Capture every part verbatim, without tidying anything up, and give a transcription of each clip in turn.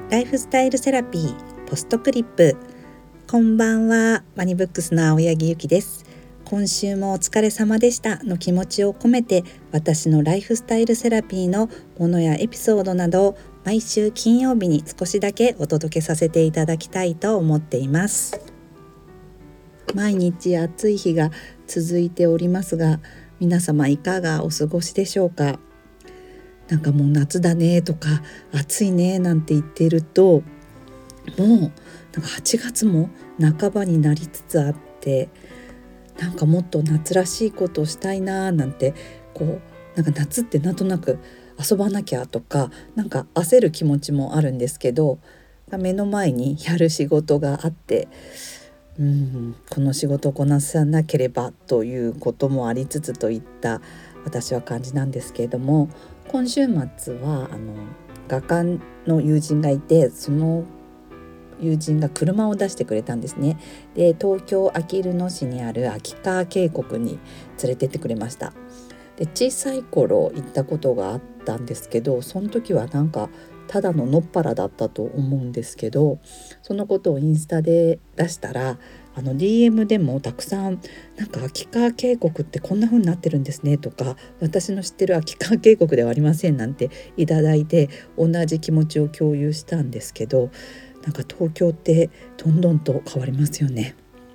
ライフスタイルセラピーポストクリップ。こんばんは、ワニブックスの青柳ゆきです。今週もお疲れ様でしたの気持ちを込めて、私のライフスタイルセラピーのものやエピソードなどを毎週金曜日に少しだけお届けさせていただきたいと思っています。毎日暑い日が続いておりますが、皆様いかがお過ごしでしょうか。なんかもう夏だねとか暑いねなんて言っていると、もうなんかはちがつも半ばになりつつあって、なんかもっと夏らしいことをしたいななんて、こうなんか夏ってなんとなく遊ばなきゃとか、なんか焦る気持ちもあるんですけど、目の前にやる仕事があって、うん、この仕事をこなさなければということもありつつといった私は感じなんですけれども、今週末はあの画家の友人がいて、その友人が車を出してくれたんですね。で、東京あきる野市にある秋川渓谷に連れてってくれました。で、小さい頃行ったことがあったんですけど、その時はなんかただののっぱらだったと思うんですけど、そのことをインスタで出したら、あの ディーエム でもたくさん、なんか秋川渓谷ってこんな風になってるんですねとか、私の知ってる秋川渓谷ではありませんなんていただいて、同じ気持ちを共有したんですけど、なんか東京ってどんどんと変わりますよね。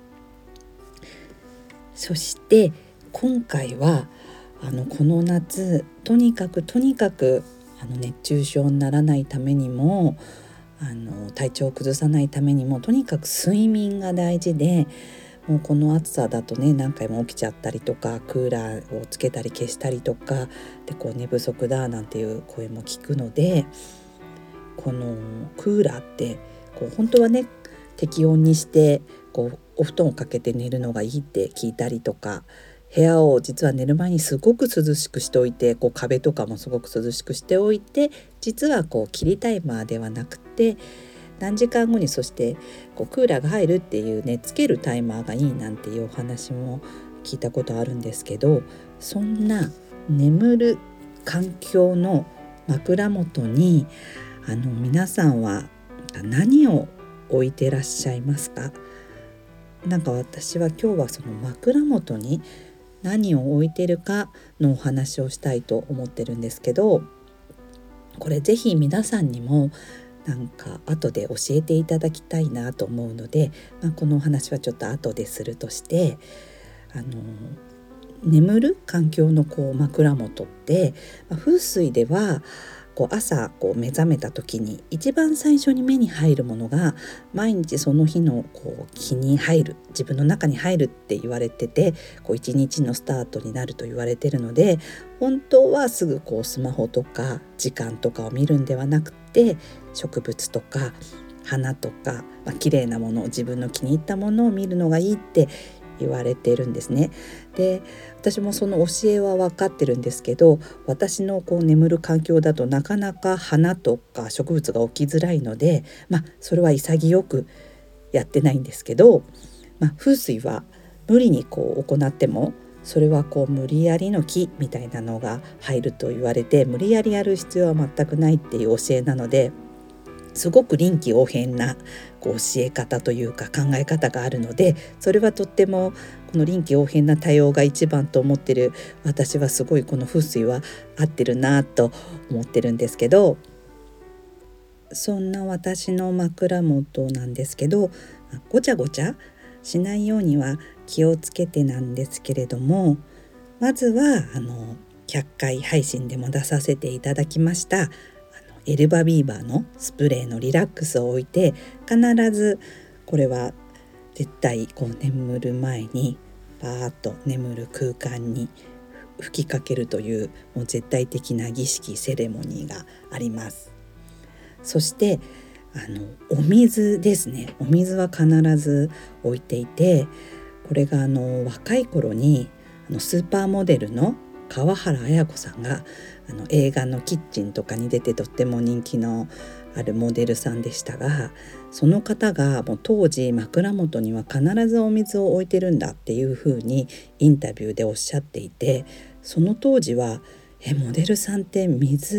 そして今回はあのこの夏、とにかくとにかくあの熱中症にならないためにも、あの体調を崩さないためにも、とにかく睡眠が大事で、もうこの暑さだとね、何回も起きちゃったりとか、クーラーをつけたり消したりとかで、こう寝不足だなんていう声も聞くので、このクーラーってこう本当はね、適温にしてこうお布団をかけて寝るのがいいって聞いたりとか、部屋を実は寝る前にすごく涼しくしておいて、こう壁とかもすごく涼しくしておいて、実はこう切りタイマーではなくて、何時間後にそしてこうクーラーが入るっていうね、つけるタイマーがいいなんていうお話も聞いたことあるんですけど、そんな眠る環境の枕元にあの皆さんは何を置いてらっしゃいますか？なんか私は今日はその枕元に何を置いてるかのお話をしたいと思ってるんですけど、これぜひ皆さんにもなんか後で教えていただきたいなと思うので、まあ、このお話はちょっと後でするとして、あの眠る環境のこう枕元って、まあ、風水ではこう朝こう目覚めた時に一番最初に目に入るものが、毎日その日のこう気に入る、自分の中に入るって言われてて、こう一日のスタートになると言われてるので、本当はすぐこうスマホとか時間とかを見るんではなくて、植物とか花とか、まあ、綺麗なもの、自分の気に入ったものを見るのがいいって言われてるんですね。で、私もその教えは分かってるんですけど、私のこう眠る環境だとなかなか花とか植物が起きづらいので、まあそれは潔くやってないんですけど、まあ、風水は無理にこう行っても、それはこう無理やりの気みたいなのが入ると言われて、無理やりやる必要は全くないっていう教えなので、すごく臨機応変なこう教え方というか考え方があるので、それはとってもこの臨機応変な対応が一番と思ってる私は、すごいこの風水は合ってるなと思ってるんですけど、そんな私の枕元なんですけど、ごちゃごちゃしないようには気をつけてなんですけれども、まずはあのひゃっかい配信でも出させていただきましたエルバビーバーのスプレーのリラックスを置いて、必ずこれは絶対こう眠る前にバーッと眠る空間に吹きかけるという、もう絶対的な儀式、セレモニーがあります。そしてあのお水ですね。お水は必ず置いていて、これがあの若い頃にあのスーパーモデルの川原綾子さんがあの映画のキッチンとかに出てとっても人気のあるモデルさんでしたが、その方がもう当時枕元には必ずお水を置いてるんだっていうふうにインタビューでおっしゃっていて、その当時はえモデルさんって水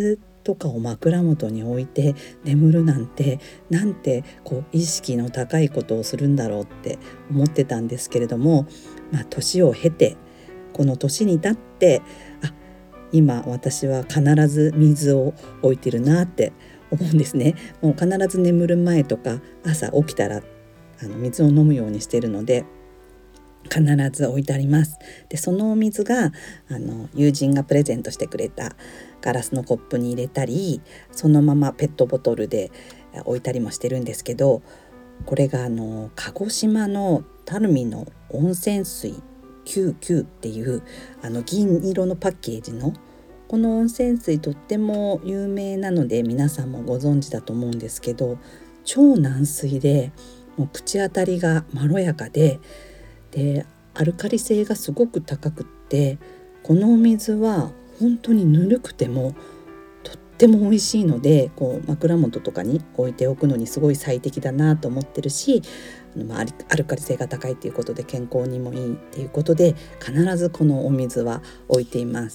とかを枕元に置いて眠るなんて、なんてこう意識の高いことをするんだろうって思ってたんですけれども、まあ年を経て、この年に至って、あ、今私は必ず水を置いてるなって思うんですね。もう必ず眠る前とか朝起きたらあの水を飲むようにしてるので、必ず置いてあります。でそのお水があの友人がプレゼントしてくれたガラスのコップに入れたり、そのままペットボトルで置いたりもしてるんですけど、これがあの鹿児島の垂水の温泉水きゅうきゅうっていうあの銀色のパッケージのこの温泉水、とっても有名なので皆さんもご存知だと思うんですけど、超軟水でもう口当たりがまろやかで、でアルカリ性がすごく高くって、このお水は本当にぬるくてもとっても美味しいので、こう枕元とかに置いておくのにすごい最適だなと思ってるし、あの、まあ、アルカリ性が高いということで健康にもいいっていうことで、必ずこのお水は置いています。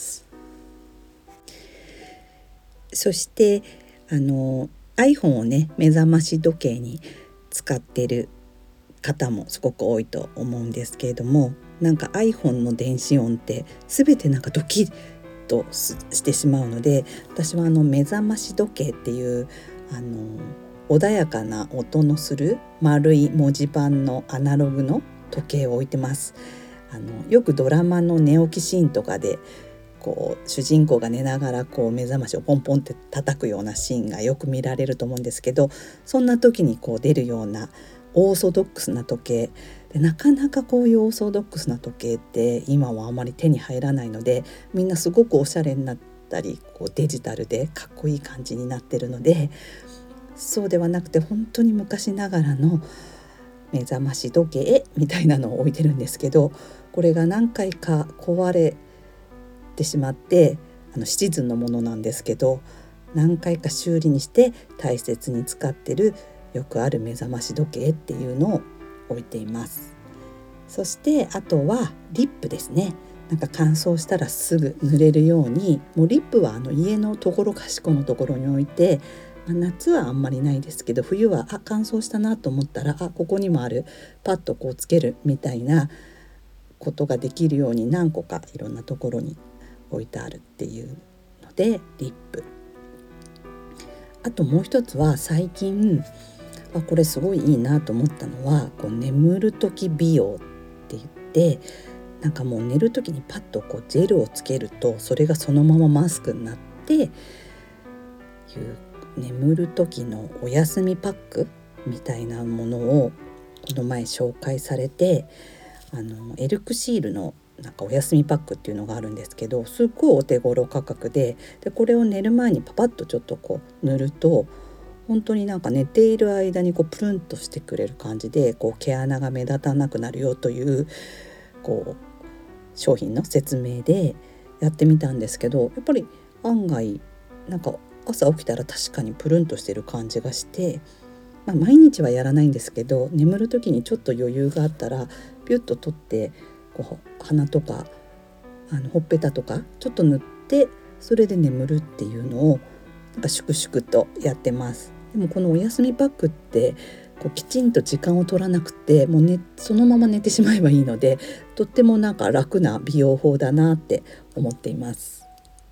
そしてあの iPhone をね、目覚まし時計に使ってる方もすごく多いと思うんですけれども、なんか iPhone の電子音って全てなんかドキッとしてしまうので、私はあの目覚まし時計っていうあの穏やかな音のする丸い文字盤のアナログの時計を置いてます。あのよくドラマの寝起きシーンとかでこう主人公が寝ながらこう目覚ましをポンポンって叩くようなシーンがよく見られると思うんですけど、そんな時にこう出るようなオーソドックスな時計で、なかなかこういうオーソドックスな時計って今はあまり手に入らないので、みんなすごくおしゃれになったりこうデジタルでかっこいい感じになってるので、そうではなくて本当に昔ながらの目覚まし時計みたいなのを置いてるんですけど、これが何回か壊れてしまって、あのシチズンのものなんですけど、何回か修理にして大切に使ってるよくある目覚まし時計っていうのを置いています。そしてあとはリップですね。なんか乾燥したらすぐ塗れるように、もうリップはあの家のところかしこのところに置いて、まあ、夏はあんまりないですけど、冬はあ乾燥したなと思ったら、あここにもある、パッとこうつけるみたいなことができるように何個かいろんなところに置いてあるっていうのでリップ。あともう一つは最近あこれすごいいいなと思ったのは、こう眠る時美容って言って、なんかもう寝る時にパッとこうジェルをつけるとそれがそのままマスクになっていう眠る時のお休みパックみたいなものをこの前紹介されて、あのエルクシールのなんかお休みパックっていうのがあるんですけど、すっごいお手頃価格で、でこれを寝る前にパパッとちょっとこう塗ると、本当になんか寝ている間にこうプルンとしてくれる感じで、こう毛穴が目立たなくなるよというこう商品の説明でやってみたんですけど、やっぱり案外なんか朝起きたら確かにプルンとしてる感じがして、まあ、毎日はやらないんですけど、眠る時にちょっと余裕があったらピュッと取ってこう鼻とかあのほっぺたとかちょっと塗って、それで眠るっていうのをなんか粛々とやってます。でもこのお休みパックってこうきちんと時間を取らなくてもう、ね、そのまま寝てしまえばいいので、とってもなんか楽な美容法だなって思っています。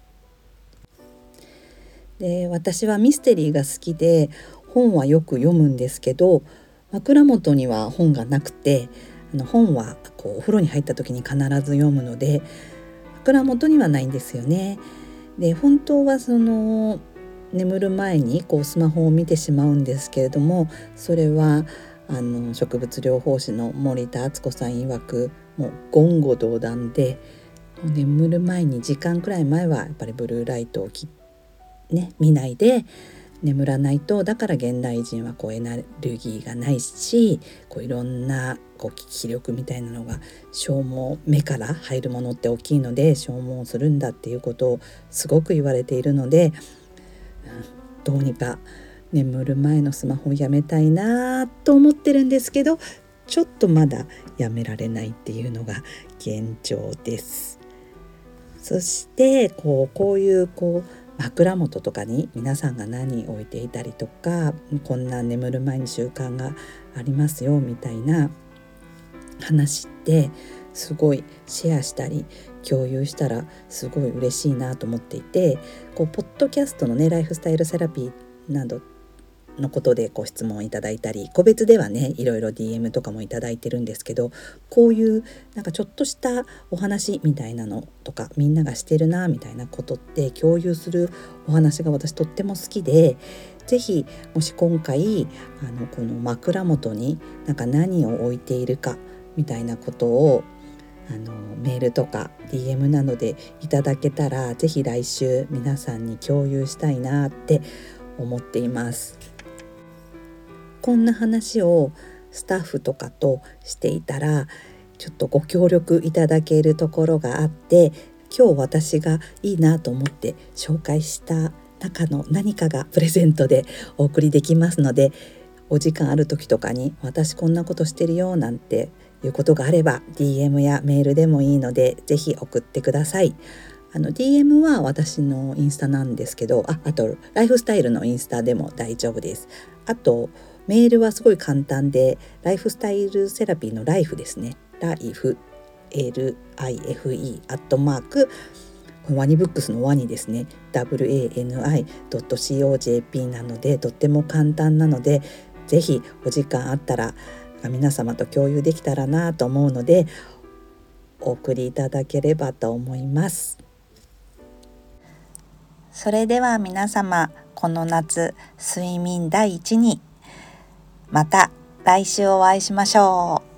で私はミステリーが好きで本はよく読むんですけど、枕元には本がなくて、あの本はこうお風呂に入った時に必ず読むので枕元にはないんですよね。で本当はその眠る前にこうスマホを見てしまうんですけれども、それはあの植物療法士の森田敦子さん曰くもう言語道断で、眠る前に時間くらい前はやっぱりブルーライトをき、ね、見ないで眠らないと、だから現代人はこうエネルギーがないし、こういろんなこう気力みたいなのが消耗、目から入るものって大きいので消耗するんだっていうことをすごく言われているので、どうにか眠る前のスマホをやめたいなと思ってるんですけど、ちょっとまだやめられないっていうのが現状です。そしてこうこういうこう枕元とかに皆さんが何置いていたりとか、こんな眠る前に習慣がありますよみたいな話ってすごいシェアしたり共有したらすごい嬉しいなと思っていて、こうポッドキャストのねライフスタイルセラピーなどのことでご質問いただいたり、個別ではねいろいろ ディーエム とかもいただいてるんですけど、こういうなんかちょっとしたお話みたいなのとか、みんながしてるなみたいなことって共有するお話が私とっても好きで、ぜひもし今回あのこの枕元になんか何を置いているかみたいなことをあのメールとか ディーエム などでいただけたら、ぜひ来週皆さんに共有したいなって思っています。こんな話をスタッフとかとしていたらちょっとご協力いただけるところがあって、今日私がいいなと思って紹介した中の何かがプレゼントでお送りできますので、お時間ある時とかに私こんなことしてるよなんていうことがあれば ディーエム やメールでもいいのでぜひ送ってください。あの ディーエム は私のインスタなんですけど、あ、あとライフスタイルのインスタでも大丈夫です。あとメールはすごい簡単で、ライフスタイルセラピーのライフですね、ライフ エルアイエフイー アットマークワニブックスのワニですね ダブリューエーエヌアイドットコム なのでとっても簡単なので、ぜひお時間あったら皆様と共有できたらなと思うのでお送りいただければと思います。それでは皆様、この夏睡眠第一に、また来週お会いしましょう。